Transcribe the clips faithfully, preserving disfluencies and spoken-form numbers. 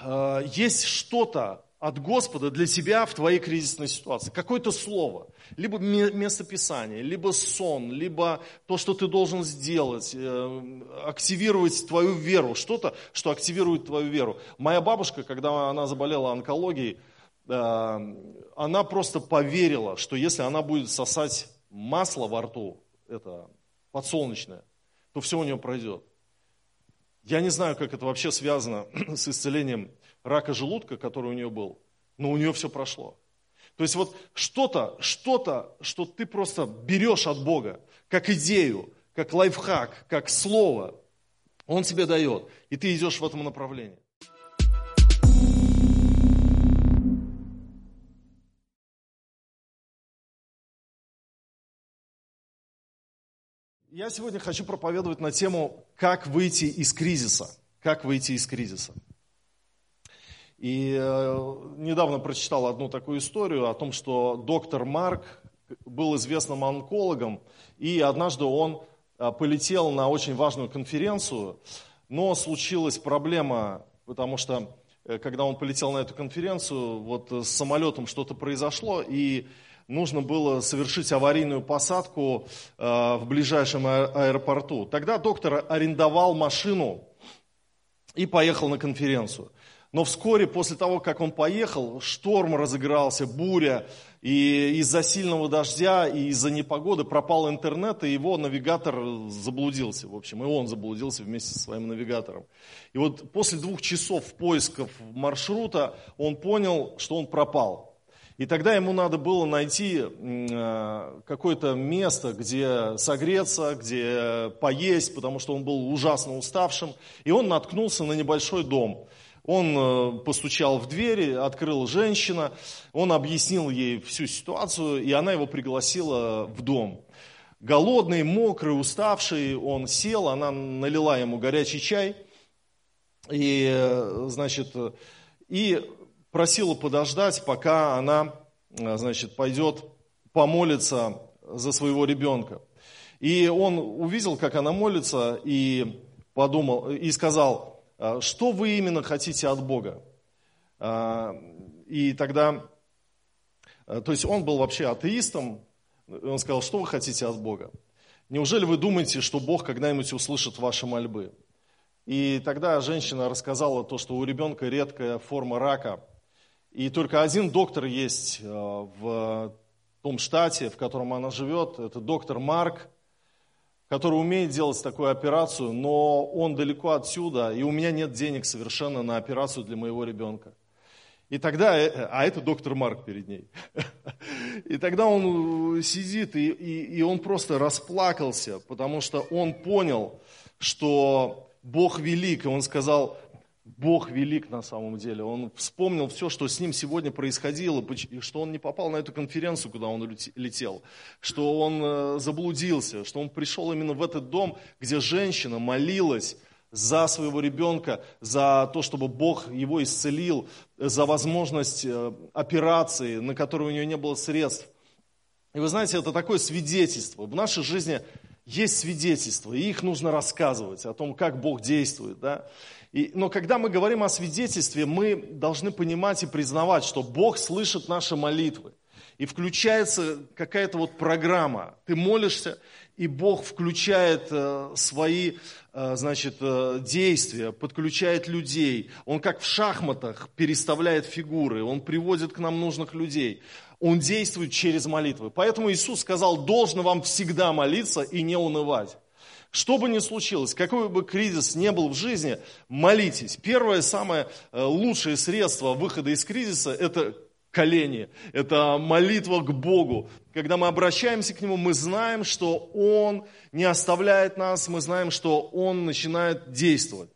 э, есть что-то от Господа для тебя в твоей кризисной ситуации. Какое-то слово, либо местописание, либо сон, либо то, что ты должен сделать, э, активировать твою веру. Что-то, что активирует твою веру. Моя бабушка, когда она заболела онкологией, э, она просто поверила, что если она будет сосать масло во рту, это подсолнечное, то все у нее пройдет. Я не знаю, как это вообще связано с исцелением рака желудка, который у нее был, но у нее все прошло. То есть вот что-то, что-то, что ты просто берешь от Бога, как идею, как лайфхак, как слово, Он тебе дает, и ты идешь в этом направлении. Я сегодня хочу проповедовать на тему, как выйти из кризиса. Как выйти из кризиса. И э, недавно прочитал одну такую историю о том, что доктор Марк был известным онкологом, и однажды он э, полетел на очень важную конференцию, но случилась проблема, потому что э, когда он полетел на эту конференцию, вот с самолетом что-то произошло, и нужно было совершить аварийную посадку э, в ближайшем аэропорту. Тогда доктор арендовал машину и поехал на конференцию. Но вскоре после того, как он поехал, шторм разыгрался, буря, и из-за сильного дождя и из-за непогоды пропал интернет, и его навигатор заблудился, в общем, и он заблудился вместе со своим навигатором. И вот после двух часов поисков маршрута он понял, что он пропал. И тогда ему надо было найти какое-то место, где согреться, где поесть, потому что он был ужасно уставшим. И он наткнулся на небольшой дом. Он постучал в дверь, открыла женщина, он объяснил ей всю ситуацию, и она его пригласила в дом. Голодный, мокрый, уставший, он сел, она налила ему горячий чай, и, значит, и просила подождать, пока она, значит, пойдет помолиться за своего ребенка. И он увидел, как она молится, и подумал, и сказал: что вы именно хотите от Бога? И тогда, то есть он был вообще атеистом, он сказал: что вы хотите от Бога? Неужели вы думаете, что Бог когда-нибудь услышит ваши мольбы? И тогда женщина рассказала то, что у ребенка редкая форма рака, и только один доктор есть в том штате, в котором она живет, это доктор Марк, который умеет делать такую операцию, но он далеко отсюда, и у меня нет денег совершенно на операцию для моего ребенка. И тогда, а это доктор Марк перед ней. И тогда он сидит, и, и, и он просто расплакался, потому что он понял, что Бог велик, и он сказал: Бог велик на самом деле. Он вспомнил все, что с ним сегодня происходило, что он не попал на эту конференцию, куда он летел, что он заблудился, что он пришел именно в этот дом, где женщина молилась за своего ребенка, за то, чтобы Бог его исцелил, за возможность операции, на которую у нее не было средств. И вы знаете, это такое свидетельство. В нашей жизни есть свидетельства, и их нужно рассказывать о том, как Бог действует, да. И, но когда мы говорим о свидетельстве, мы должны понимать и признавать, что Бог слышит наши молитвы. И включается какая-то вот программа. Ты молишься, и Бог включает э, свои э, значит, э, действия, подключает людей. Он как в шахматах переставляет фигуры, Он приводит к нам нужных людей. Он действует через молитвы. Поэтому Иисус сказал: должно вам всегда молиться и не унывать. Что бы ни случилось, какой бы кризис ни был в жизни, молитесь. Первое, самое лучшее средство выхода из кризиса – это колени, это молитва к Богу. Когда мы обращаемся к Нему, мы знаем, что Он не оставляет нас, мы знаем, что Он начинает действовать.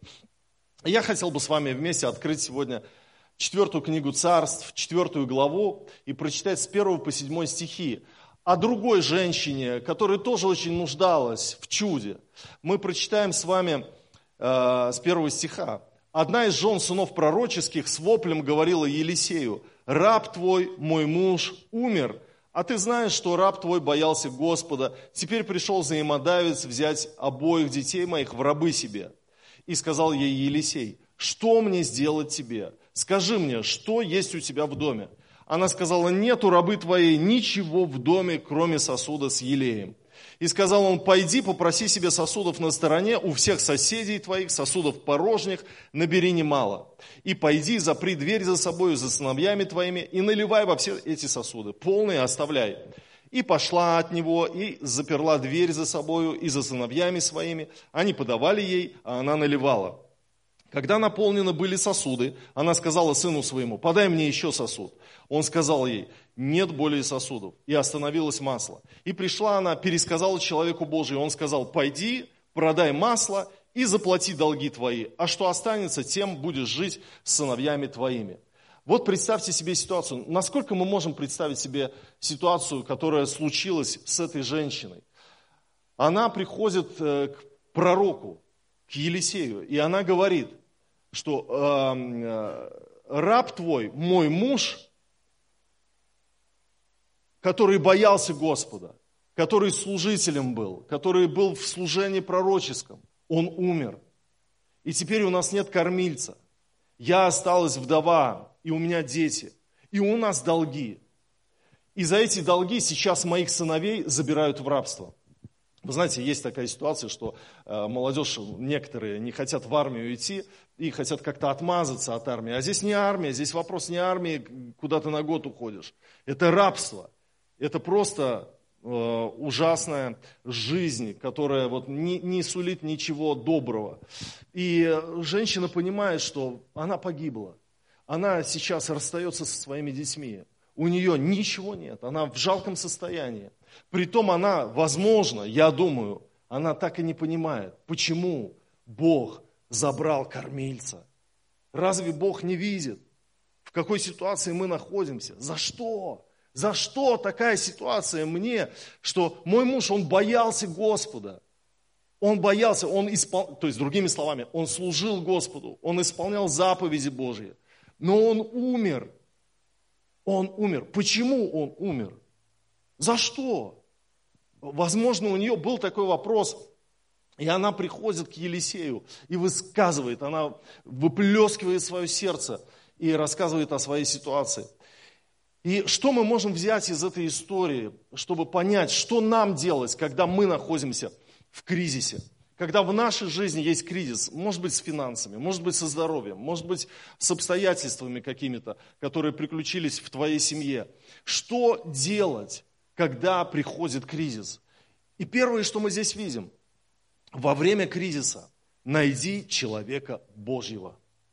Я хотел бы с вами вместе открыть сегодня четвертую книгу Царств, четвертую главу, и прочитать с первого по седьмой стихи о другой женщине, которая тоже очень нуждалась в чуде. Мы прочитаем с вами э, с первого стиха. Одна из жен сынов пророческих с воплем говорила Елисею: «Раб твой, мой муж, умер, а ты знаешь, что раб твой боялся Господа. Теперь пришел взаимодавец взять обоих детей моих в рабы себе». И сказал ей Елисей: что мне сделать тебе? Скажи мне, что есть у тебя в доме? Она сказала, нет у рабы твоей ничего в доме, кроме сосуда с елеем. И сказал он, пойди, попроси себе сосудов на стороне у всех соседей твоих, сосудов порожних, набери немало. И пойди, запри дверь за собою, за сыновьями твоими, и наливай во все эти сосуды, полные оставляй. И пошла от него, и заперла дверь за собою, и за сыновьями своими. Они подавали ей, а она наливала. Когда наполнены были сосуды, она сказала сыну своему, подай мне еще сосуд. Он сказал ей, нет более сосудов. И остановилось масло. И пришла она, пересказала человеку Божию. Он сказал, пойди, продай масло и заплати долги твои. А что останется, тем будешь жить с сыновьями твоими. Вот представьте себе ситуацию. Насколько мы можем представить себе ситуацию, которая случилась с этой женщиной? Она приходит к пророку, к Елисею, и она говорит, что э, раб твой, мой муж, который боялся Господа, который служителем был, который был в служении пророческом, он умер. И теперь у нас нет кормильца. Я осталась вдова, и у меня дети, и у нас долги. И за эти долги сейчас моих сыновей забирают в рабство. Вы знаете, есть такая ситуация, что э, молодежь, некоторые не хотят в армию идти и хотят как-то отмазаться от армии. А здесь не армия, здесь вопрос не армии, куда ты на год уходишь. Это рабство. Это просто э, ужасная жизнь, которая вот не, не сулит ничего доброго. И женщина понимает, что она погибла. Она сейчас расстается со своими детьми. У нее ничего нет, она в жалком состоянии. Притом она, возможно, я думаю, она так и не понимает, почему Бог забрал кормильца. Разве Бог не видит, в какой ситуации мы находимся? За что? За что такая ситуация мне, что мой муж, он боялся Господа. Он боялся, он испол... то есть, другими словами, он служил Господу, он исполнял заповеди Божьи, но он умер. Он умер. Почему он умер? За что? Возможно, у нее был такой вопрос, и она приходит к Елисею и высказывает, она выплескивает свое сердце и рассказывает о своей ситуации. И что мы можем взять из этой истории, чтобы понять, что нам делать, когда мы находимся в кризисе? Когда в нашей жизни есть кризис, может быть, с финансами, может быть, со здоровьем, может быть, с обстоятельствами какими-то, которые приключились в твоей семье. Что делать, когда приходит кризис? И первое, что мы здесь видим, во время кризиса найди человека Божьего.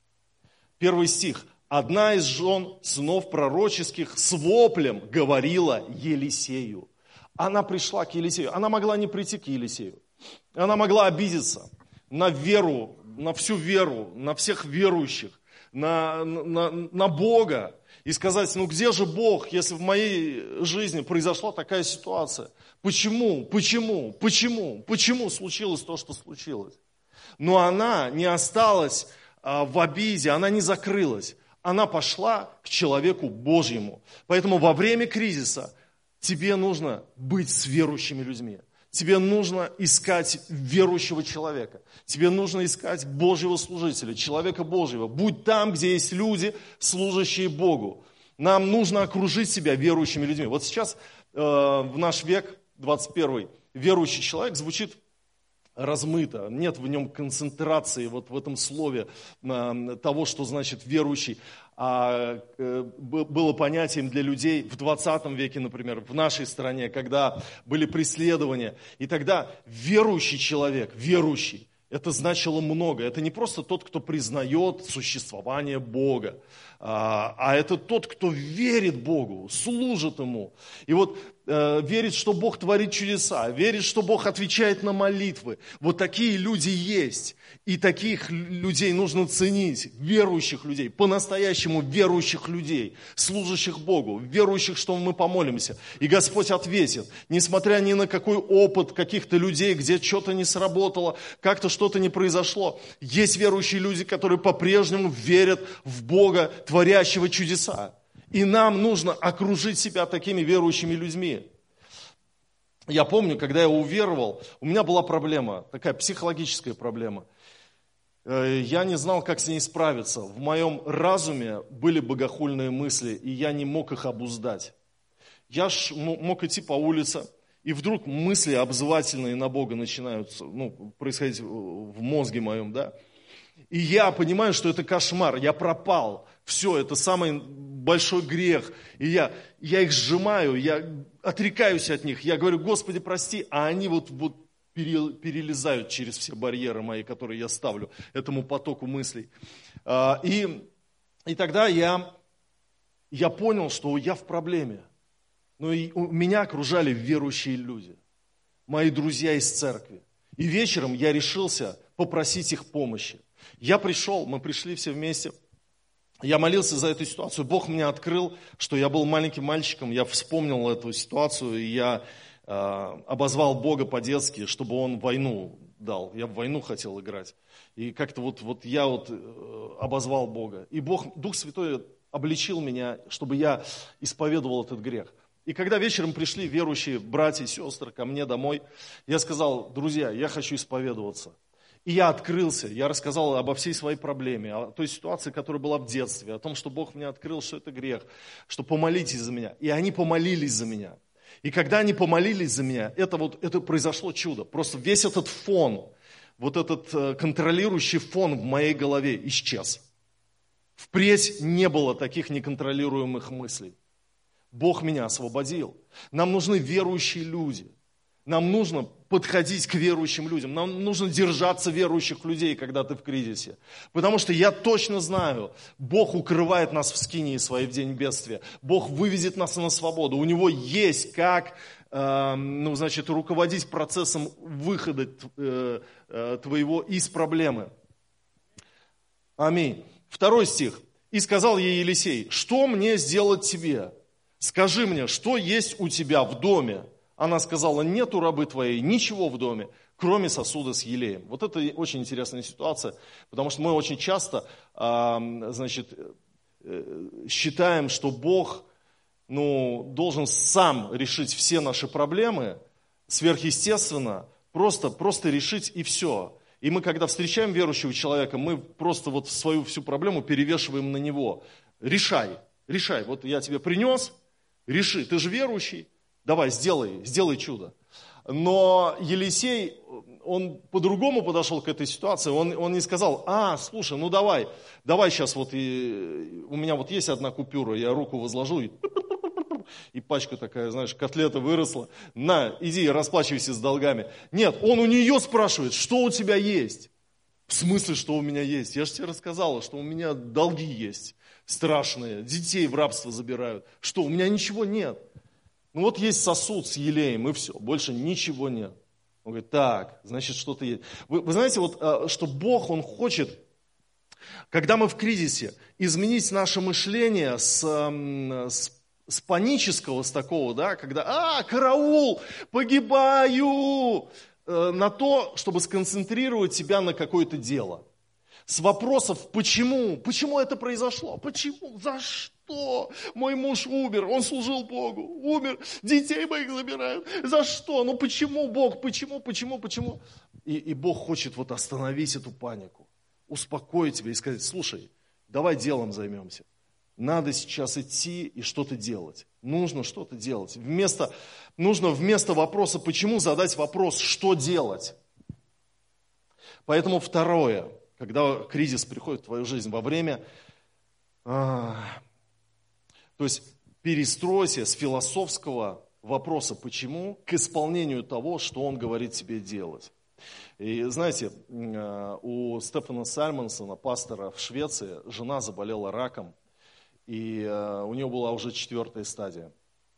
Первый стих. Одна из жен сынов пророческих с воплем говорила Елисею. Она пришла к Елисею. Она могла не прийти к Елисею. Она могла обидеться на веру, на всю веру, на всех верующих, на, на, на Бога. И сказать, ну где же Бог, если в моей жизни произошла такая ситуация? Почему, почему, почему, почему случилось то, что случилось? Но она не осталась а, в обиде, она не закрылась. Она пошла к человеку Божьему. Поэтому во время кризиса тебе нужно быть с верующими людьми. Тебе нужно искать верующего человека. Тебе нужно искать Божьего служителя, человека Божьего. Будь там, где есть люди, служащие Богу. Нам нужно окружить себя верующими людьми. Вот сейчас э, в наш век, двадцать первый, верующий человек звучит размыто. Нет в нем концентрации вот в этом слове э, того, что значит верующий. А, э, было понятием для людей в двадцатом веке, например, в нашей стране, когда были преследования. И тогда верующий человек, верующий, это значило много. Это не просто тот, кто признает существование Бога, а, а это тот, кто верит Богу, служит Ему. И вот э, верит, что Бог творит чудеса, верит, что Бог отвечает на молитвы. Вот такие люди есть. И таких людей нужно ценить, верующих людей, по-настоящему верующих людей, служащих Богу, верующих, что мы помолимся. И Господь ответит, несмотря ни на какой опыт каких-то людей, где что-то не сработало, как-то что-то не произошло. Есть верующие люди, которые по-прежнему верят в Бога, творящего чудеса. И нам нужно окружить себя такими верующими людьми. Я помню, когда я уверовал, у меня была проблема, такая психологическая проблема. Я не знал, как с ней справиться. В моем разуме были богохульные мысли, и я не мог их обуздать. Я ж мог идти по улице, и вдруг мысли обзывательные на Бога начинают ну, происходить в мозге моем, да? И я понимаю, что это кошмар, я пропал. Все, это самый большой грех. И я, я их сжимаю, я отрекаюсь от них. Я говорю: Господи, прости, а они вот, вот перелезают через все барьеры мои, которые я ставлю этому потоку мыслей. И, и тогда я, я понял, что я в проблеме. Но и меня окружали верующие люди, мои друзья из церкви. И вечером я решился попросить их помощи. Я пришел, мы пришли все вместе. Я молился за эту ситуацию. Бог мне открыл, что я был маленьким мальчиком. Я вспомнил эту ситуацию, и я э, обозвал Бога по-детски, чтобы Он войну дал. Я в войну хотел играть. И как-то вот, вот я вот э, обозвал Бога. И Бог, Дух Святой обличил меня, чтобы я исповедовал этот грех. И когда вечером пришли верующие братья и сестры ко мне домой, я сказал: друзья, я хочу исповедоваться. И я открылся, я рассказал обо всей своей проблеме, о той ситуации, которая была в детстве, о том, что Бог мне открыл, что это грех, что помолитесь за меня. И они помолились за меня. И когда они помолились за меня, это, вот, это произошло чудо. Просто весь этот фон, вот этот контролирующий фон в моей голове исчез. Впредь не было таких неконтролируемых мыслей. Бог меня освободил. Нам нужны верующие люди. Нам нужно подходить к верующим людям. Нам нужно держаться верующих людей, когда ты в кризисе. Потому что я точно знаю, Бог укрывает нас в скинии своей в день бедствия. Бог выведет нас на свободу. У Него есть как э, ну, значит, руководить процессом выхода э, э, твоего из проблемы. Аминь. Второй стих. «И сказал ей Елисей: что мне сделать тебе? Скажи мне, что есть у тебя в доме?» Она сказала: нет у рабы твоей ничего в доме, кроме сосуда с елеем. Вот это очень интересная ситуация, потому что мы очень часто значит, считаем, что Бог ну, должен сам решить все наши проблемы, сверхъестественно, просто, просто решить и все. И мы, когда встречаем верующего человека, мы просто вот свою всю проблему перевешиваем на него. Решай, решай, вот я тебе принес, реши, ты же верующий. Давай, сделай, сделай чудо. Но Елисей, он по-другому подошел к этой ситуации. Он, он не сказал: а, слушай, ну давай, давай сейчас вот, и, у меня вот есть одна купюра, я руку возложу, и, и пачка такая, знаешь, котлета выросла. На, иди, расплачивайся с долгами. Нет, он у нее спрашивает: что у тебя есть? В смысле, что у меня есть? Я же тебе рассказала, что у меня долги есть страшные, детей в рабство забирают. Что, у меня ничего нет. Ну вот есть сосуд с елеем, и все, больше ничего нет. Он говорит: так, значит, что-то есть. Вы, вы знаете, вот, что Бог, Он хочет, когда мы в кризисе, изменить наше мышление с, с, с панического, с такого, да, когда, а, караул, погибаю, на то, чтобы сконцентрировать себя на какое-то дело. С вопросов: почему? Почему это произошло? Почему? За что? Мой муж умер, он служил Богу, умер, детей моих забирают. За что? Ну почему, Бог? Почему? Почему? Почему? И, и Бог хочет вот остановить эту панику, успокоить тебя и сказать: слушай, давай делом займемся. Надо сейчас идти и что-то делать. Нужно что-то делать. Вместо, нужно вместо вопроса «почему» задать вопрос «что делать?». Поэтому второе. Когда кризис приходит в твою жизнь во время, а, то есть перестройся с философского вопроса «почему» к исполнению того, что он говорит тебе делать. И знаете, у Стефана Сальмонсона, пастора в Швеции, жена заболела раком, и у нее была уже четвертая стадия.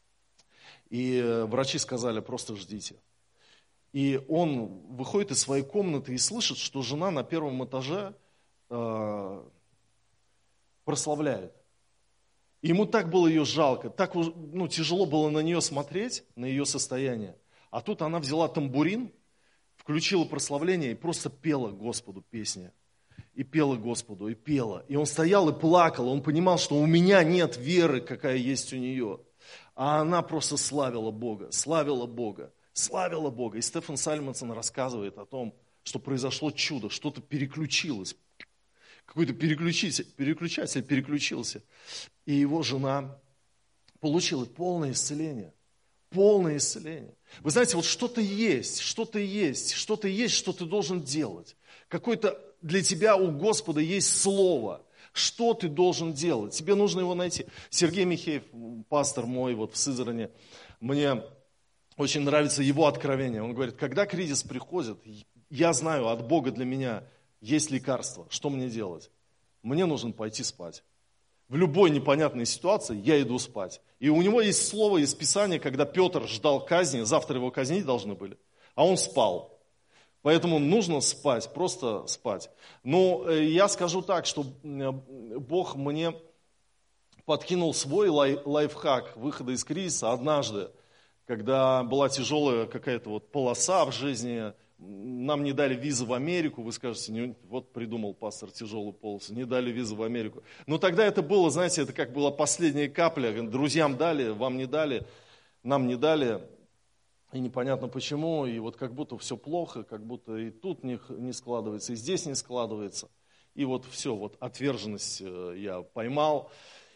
И врачи сказали: просто ждите. И он выходит из своей комнаты и слышит, что жена на первом этаже э, прославляет. И ему так было ее жалко, так ну, тяжело было на нее смотреть, на ее состояние. А тут она взяла тамбурин, включила прославление и просто пела Господу песни. И пела Господу, и пела. И он стоял и плакал, он понимал, что у меня нет веры, какая есть у нее. А она просто славила Бога, славила Бога. Славила Бога. И Стефан Сальмонсон рассказывает о том, что произошло чудо, что-то переключилось. Какой-то переключитель, переключатель переключился. И его жена получила полное исцеление. Полное исцеление. Вы знаете, вот что-то есть, что-то есть, что-то есть, что ты должен делать. Какое-то для тебя у Господа есть слово. Что ты должен делать? Тебе нужно его найти. Сергей Михеев, пастор мой вот в Сызрани, мне очень нравится его откровение. Он говорит, когда кризис приходит, я знаю, от Бога для меня есть лекарство. Что мне делать? Мне нужно пойти спать. В любой непонятной ситуации я иду спать. И у него есть слово из Писания, когда Петр ждал казни, завтра его казнить должны были, а он спал. Поэтому нужно спать, просто спать. Но я скажу так, что Бог мне подкинул свой лай, лайфхак выхода из кризиса однажды, когда была тяжелая какая-то вот полоса в жизни. Нам не дали визы в Америку, вы скажете, не, вот придумал пастор тяжелую полосу, не дали визы в Америку. Но тогда это было, знаете, это как была последняя капля, друзьям дали, вам не дали, нам не дали, и непонятно почему, и вот как будто все плохо, как будто и тут не, не складывается, и здесь не складывается. И вот все, вот отверженность я поймал.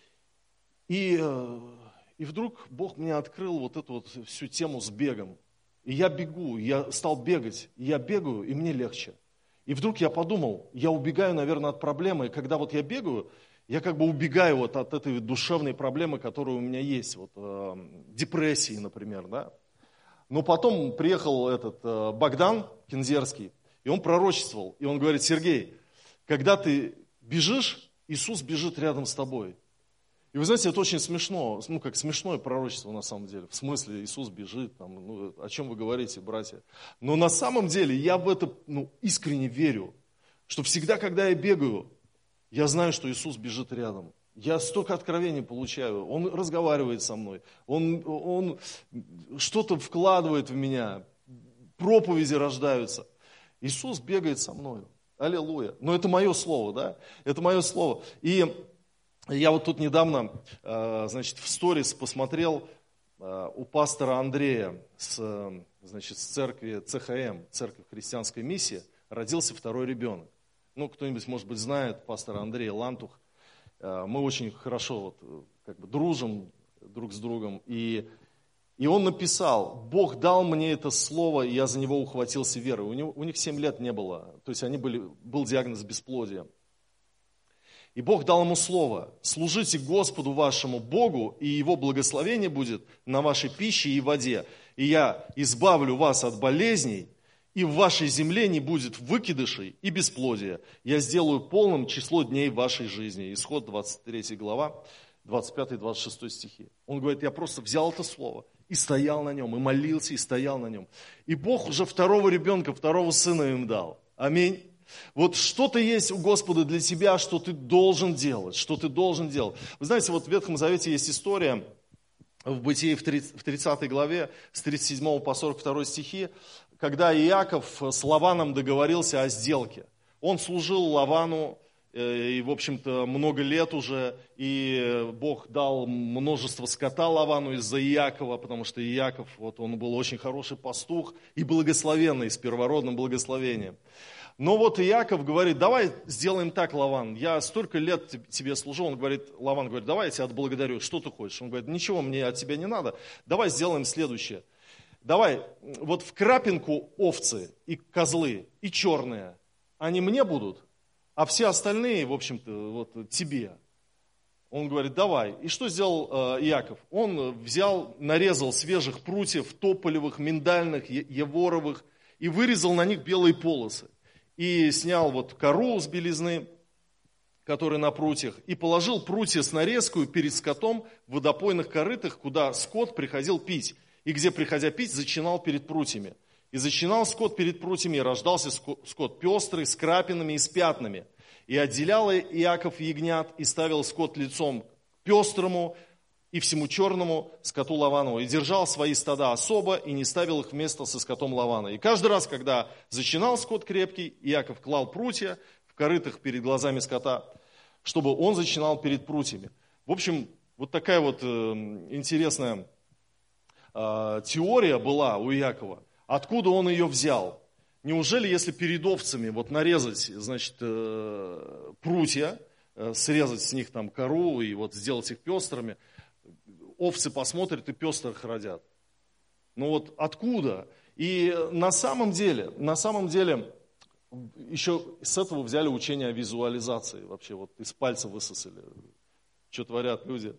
И, и вдруг Бог мне открыл вот эту вот всю тему с бегом. И я бегу, я стал бегать, и я бегаю, и мне легче. И вдруг я подумал, я убегаю, наверное, от проблемы, и когда вот я бегаю, я как бы убегаю вот от этой душевной проблемы, которая у меня есть, вот э, депрессии, например, да. Но потом приехал этот э, Богдан Кинзерский, и он пророчествовал, и он говорит, Сергей, когда ты бежишь, Иисус бежит рядом с тобой. И вы знаете, это очень смешно, ну как смешное пророчество на самом деле. В смысле, Иисус бежит, там, ну, о чем вы говорите, братья. Но на самом деле я в это ну, искренне верю, что всегда, когда я бегаю, я знаю, что Иисус бежит рядом. Я столько откровений получаю, Он разговаривает со мной, Он, он что-то вкладывает в меня, проповеди рождаются. Иисус бегает со мной. Аллилуйя. Но это мое слово, да? Это мое слово. И я вот тут недавно, значит, в сторис посмотрел у пастора Андрея с, значит, с церкви ЦХМ, Церковь Христианской Миссии, родился второй ребенок. Ну, кто-нибудь, может быть, знает пастора Андрея Лантух. Мы очень хорошо вот, как бы дружим друг с другом. И, и он написал, Бог дал мне это слово, и я за него ухватился верой. У, него, у них семь лет не было, то есть они были, был диагноз бесплодия. И Бог дал ему слово, служите Господу вашему Богу, и Его благословение будет на вашей пище и воде. И я избавлю вас от болезней, и в вашей земле не будет выкидышей и бесплодия. Я сделаю полным число дней вашей жизни. Исход двадцать третья глава, двадцать пятый двадцать шестой стихи. Он говорит, я просто взял это слово и стоял на нем, и молился, и стоял на нем. И Бог уже второго ребенка, второго сына им дал. Аминь. Вот что-то есть у Господа для тебя, что ты должен делать, что ты должен делать. Вы знаете, вот в Ветхом Завете есть история, в Бытии в тридцатой главе, с тридцать седьмого по сорок второй стихи, когда Иаков с Лаваном договорился о сделке. Он служил Лавану, и, в общем-то, много лет уже, и Бог дал множество скота Лавану из-за Иакова, потому что Иаков, вот он был очень хороший пастух и благословенный, с первородным благословением. Но вот Иаков говорит, давай сделаем так, Лаван, я столько лет тебе служу. Он говорит, Лаван говорит, давай я тебя отблагодарю, что ты хочешь? Он говорит, ничего мне от тебя не надо, давай сделаем следующее. Давай, вот в крапинку овцы и козлы, и черные, они мне будут, а все остальные, в общем-то, вот тебе. Он говорит, давай. И что сделал э, Иаков? Он взял, нарезал свежих прутьев, тополевых, миндальных, яворовых, и вырезал на них белые полосы. И снял вот кору с белизны, которая на прутьях, и положил прутья с нарезкой перед скотом в водопойных корытах, куда скот приходил пить. И где, приходя пить, зачинал перед прутьями. И зачинал скот перед прутьями, и рождался скот пестрый, с крапинами и с пятнами. И отделял Иаков ягнят, и ставил скот лицом к пестрому и всему черному скоту Лаванову. И держал свои стада особо, и не ставил их вместо со скотом Лавана. И каждый раз, когда зачинал скот крепкий, Иаков клал прутья в корытах перед глазами скота, чтобы он зачинал перед прутьями. В общем, вот такая вот э, интересная э, теория была у Иакова. Откуда он ее взял? неужели если перед овцами вот нарезать, значит, прутья, срезать с них там кору и вот сделать их пестрыми, овцы посмотрят и пестрых родят? Ну вот откуда? И на самом деле, на самом деле, еще с этого взяли учение о визуализации. Вообще вот из пальца высосали. Что творят люди.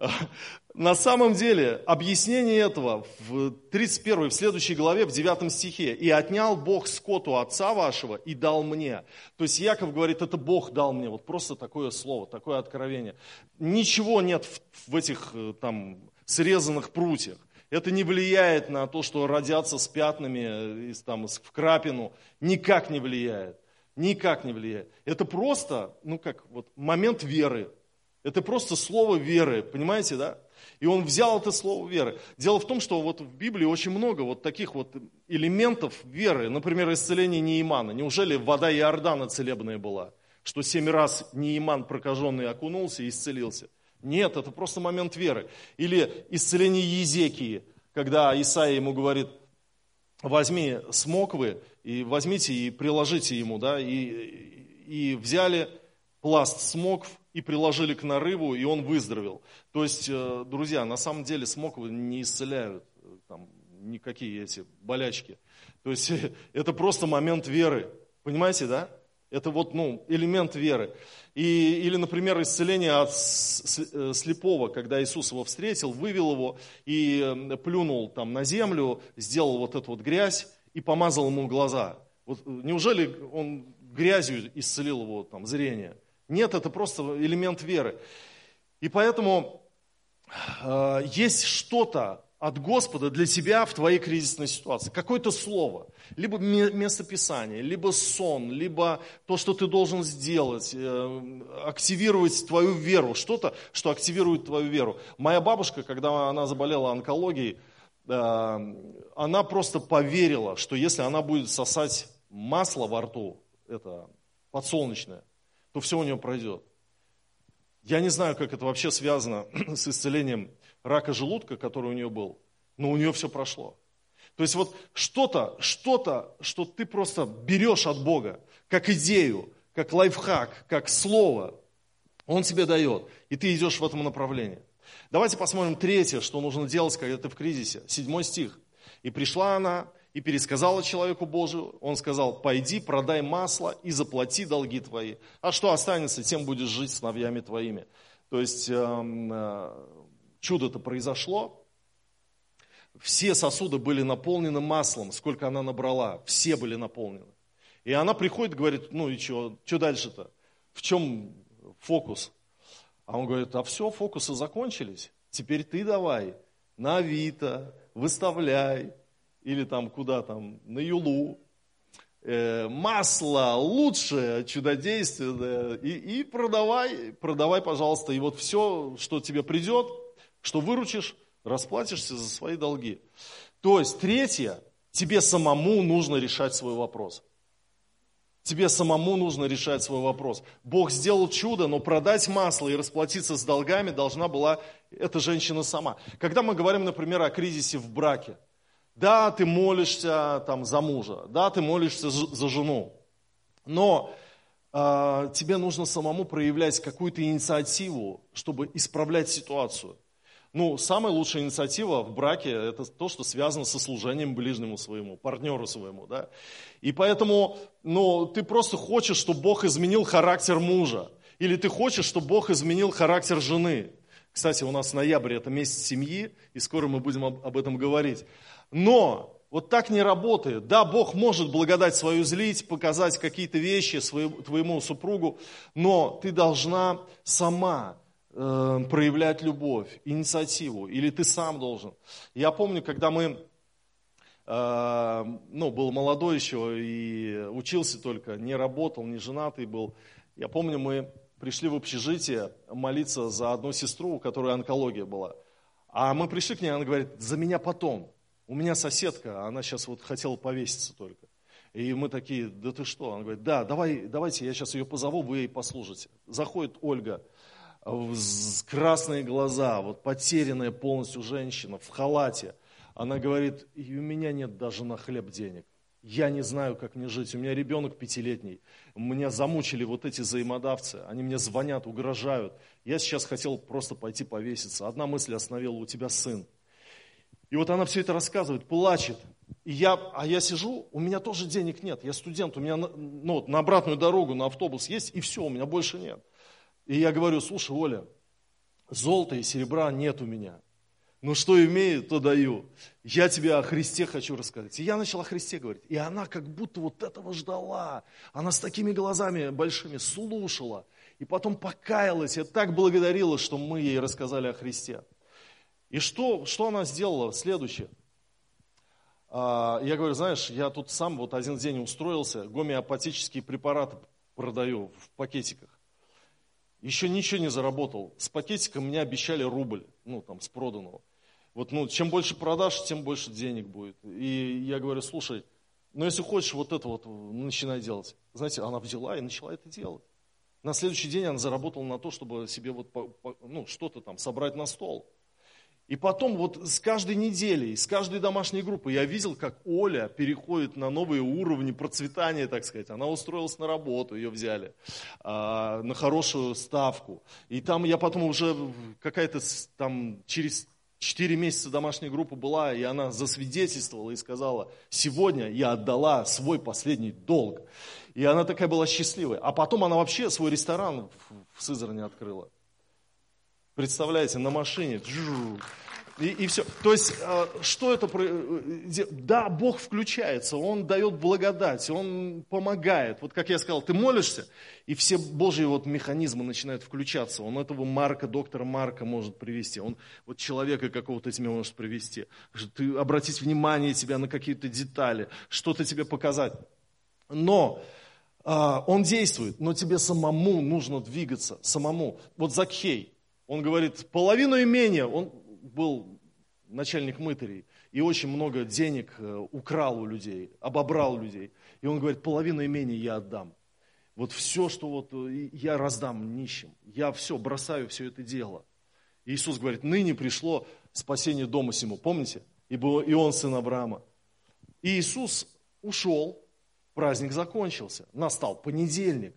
На самом деле, объяснение этого в тридцать первой, в следующей главе, в девятом стихе. «И отнял Бог скот у отца вашего и дал мне». То есть Яков говорит, это Бог дал мне. Вот просто такое слово, такое откровение. Ничего нет в, в этих там срезанных прутьях. Это не влияет на то, что родятся с пятнами, там, в крапину. Никак не влияет. Никак не влияет. Это просто, ну как, вот момент веры. Это просто слово веры, понимаете, да? И он взял это слово веры. Дело в том, что вот в Библии очень много вот таких вот элементов веры. Например, исцеление Неимана. Неужели вода Иордана целебная была? Что семь раз Неиман прокаженный окунулся и исцелился? Нет, это просто момент веры. Или исцеление Езекии, когда Исаия ему говорит, возьми смоквы, и возьмите и приложите ему, да, и, и взяли пласт смокв, и приложили к нарыву, и он выздоровел. То есть, друзья, на самом деле смоквы не исцеляют там, никакие эти болячки. То есть, это просто момент веры. Понимаете, да? Это вот, ну, элемент веры. И, или, например, исцеление от слепого, когда Иисус его встретил, вывел его и плюнул там на землю, сделал вот эту вот грязь и помазал ему глаза. Вот, неужели он грязью исцелил его там, зрение? Нет, это просто элемент веры. И поэтому э, есть что-то от Господа для тебя в твоей кризисной ситуации. Какое-то слово, либо местописание, либо сон, либо то, что ты должен сделать, э, активировать твою веру, что-то, что активирует твою веру. Моя бабушка, когда она заболела онкологией, э, она просто поверила, что если она будет сосать масло во рту, это подсолнечное, то все у нее пройдет. Я не знаю, как это вообще связано с исцелением рака желудка, который у нее был, но у нее все прошло. То есть вот что-то, что-то, что ты просто берешь от Бога, как идею, как лайфхак, как слово, Он тебе дает, и ты идешь в этом направлении. Давайте посмотрим третье, что нужно делать, когда ты в кризисе. Седьмой стих. «И пришла она, и пересказала человеку Божию, он сказал, пойди, продай масло и заплати долги твои, а что останется, тем будешь жить с сыновьями твоими». То есть э, э, чудо-то произошло, все сосуды были наполнены маслом, сколько она набрала, все были наполнены. И она приходит и говорит, ну и что, что дальше-то, в чем фокус? А он говорит, а все, фокусы закончились, теперь ты давай на Авито, выставляй, или там куда там, на Юлу, э, масло лучшее, чудодейственное, и, и продавай, продавай, пожалуйста, и вот все, что тебе придет, что выручишь, расплатишься за свои долги. То есть, третье, тебе самому нужно решать свой вопрос. Тебе самому нужно решать свой вопрос. Бог сделал чудо, но продать масло и расплатиться с долгами должна была эта женщина сама. Когда мы говорим, например, о кризисе в браке, да, ты молишься там, за мужа, да, ты молишься за жену, но э, тебе нужно самому проявлять какую-то инициативу, чтобы исправлять ситуацию. Ну, самая лучшая инициатива в браке – это то, что связано со служением ближнему своему, партнеру своему, да. И поэтому, ну, ты просто хочешь, чтобы Бог изменил характер мужа, или ты хочешь, чтобы Бог изменил характер жены. Кстати, у нас ноябрь – это месяц семьи, и скоро мы будем об, об этом говорить. Но вот так не работает. Да, Бог может благодать свою злить, показать какие-то вещи своему, твоему супругу, но ты должна сама э, проявлять любовь, инициативу, или ты сам должен. Я помню, когда мы, э, ну, был молодой еще и учился только, не работал, не женатый был, я помню, мы пришли в общежитие молиться за одну сестру, у которой онкология была. А мы пришли к ней, она говорит, за меня потом. У меня соседка, она сейчас вот хотела повеситься только. И мы такие, да ты что? Она говорит, да, давай, давайте я сейчас ее позову, вы ей послужите. Заходит Ольга, красные глаза, вот потерянная полностью женщина, в халате. Она говорит, и у меня нет даже на хлеб денег. Я не знаю, как мне жить. У меня ребенок пятилетний. Меня замучили вот эти взаимодавцы. Они мне звонят, угрожают. Я сейчас хотел просто пойти повеситься. Одна мысль остановила: у тебя сын. И вот она все это рассказывает, плачет. И я, а я сижу, у меня тоже денег нет. Я студент, у меня ну, вот, на обратную дорогу, на автобус есть, и все, у меня больше нет. И я говорю: слушай, Оля, золота и серебра нет у меня. Ну что имею, то даю. Я тебе о Христе хочу рассказать. И я начал о Христе говорить. И она как будто вот этого ждала. Она с такими глазами большими слушала. И потом покаялась. И так благодарила, что мы ей рассказали о Христе. И что, что она сделала? Следующее. Я говорю: знаешь, я тут сам вот один день устроился, гомеопатические препараты продаю в пакетиках. Еще ничего не заработал. С пакетика мне обещали рубль, ну там с проданного. Вот, ну, чем больше продашь, тем больше денег будет. И я говорю: слушай, ну если хочешь вот это вот, начинай делать. Знаете, она взяла и начала это делать. На следующий день она заработала на то, чтобы себе вот, ну, что-то там собрать на стол. И потом вот с каждой неделей, с каждой домашней группы я видел, как Оля переходит на новые уровни процветания, так сказать. Она устроилась на работу, ее взяли, а, на хорошую ставку. И там я потом уже какая-то там через четыре месяца домашняя группа была, и она засвидетельствовала и сказала: сегодня я отдала свой последний долг. И она такая была счастливая. А потом она вообще свой ресторан в Сызрани открыла. Представляете, на машине. И, и все. То есть, что это? Да, Бог включается, Он дает благодать, Он помогает. Вот как я сказал, ты молишься, и все Божьи вот механизмы начинают включаться. Он этого Марка, доктора Марка может привести. Он вот человека какого-то тебе может привести. Ты обратить внимание тебя на какие-то детали, что-то тебе показать. Но а, Он действует, но тебе самому нужно двигаться, самому. Вот Закхей. Он говорит, половину имения, он был начальник мытарей, и очень много денег украл у людей, обобрал людей. И он говорит, половину имения я отдам. Вот все, что вот я раздам нищим, я все, бросаю все это дело. И Иисус говорит, ныне пришло спасение дома сему. Помните? Ибо и он сын Авраама. И Иисус ушел, праздник закончился, настал понедельник.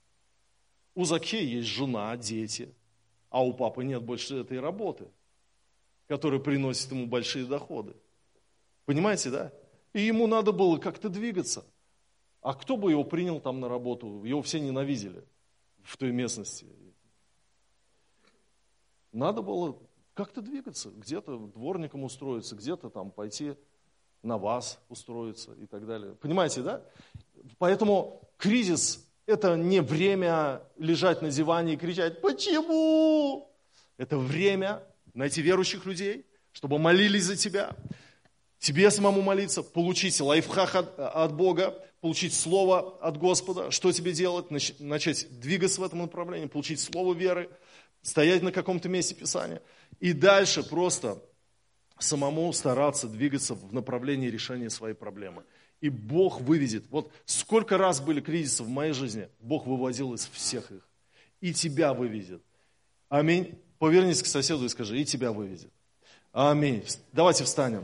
У Закхея есть жена, дети. А у папы нет больше этой работы, которая приносит ему большие доходы. Понимаете, да? И ему надо было как-то двигаться. А кто бы его принял там на работу? Его все ненавидели в той местности. Надо было как-то двигаться. Где-то дворником устроиться, где-то там пойти на вас устроиться и так далее. Понимаете, да? Поэтому кризис... Это не время лежать на диване и кричать «Почему?». Это время найти верующих людей, чтобы молились за тебя, тебе самому молиться, получить лайфхак от, от Бога, получить слово от Господа, что тебе делать, начать двигаться в этом направлении, получить слово веры, стоять на каком-то месте Писания и дальше просто самому стараться двигаться в направлении решения своей проблемы. И Бог выведет. Вот сколько раз были кризисы в моей жизни, Бог вывозил из всех их. И тебя выведет. Аминь. Повернись к соседу и скажи, и тебя выведет. Аминь. Давайте встанем.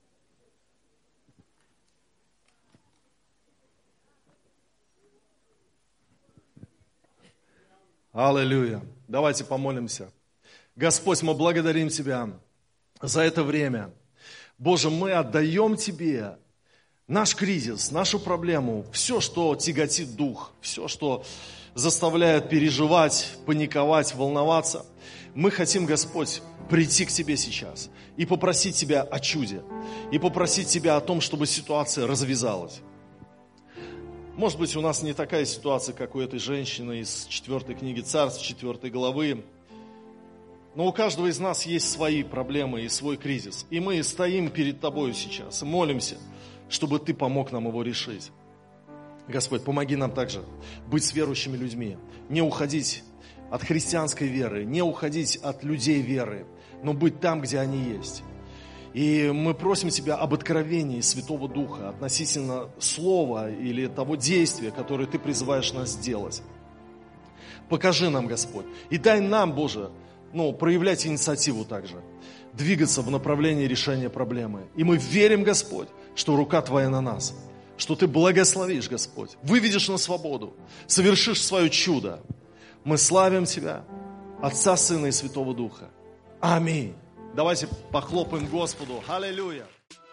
Аллилуйя. Давайте помолимся. Господь, мы благодарим Тебя за это время. Боже, мы отдаем Тебе наш кризис, нашу проблему, все, что тяготит дух, все, что заставляет переживать, паниковать, волноваться. Мы хотим, Господь, прийти к Тебе сейчас и попросить Тебя о чуде, и попросить Тебя о том, чтобы ситуация развязалась. Может быть, у нас не такая ситуация, как у этой женщины из четвертой книги Царств, четвертой главы, но у каждого из нас есть свои проблемы и свой кризис. И мы стоим перед Тобою сейчас и молимся, чтобы Ты помог нам его решить. Господь, помоги нам также быть с верующими людьми, не уходить от христианской веры, не уходить от людей веры, но быть там, где они есть. И мы просим Тебя об откровении Святого Духа относительно слова или того действия, которое Ты призываешь нас сделать. Покажи нам, Господь, и дай нам, Боже, ну, проявлять инициативу также, двигаться в направлении решения проблемы. И мы верим, Господь, что рука Твоя на нас, что Ты благословишь, Господь, выведешь на свободу, совершишь свое чудо. Мы славим Тебя, Отца, Сына и Святого Духа. Аминь. Давайте похлопаем Господу. Аллилуйя.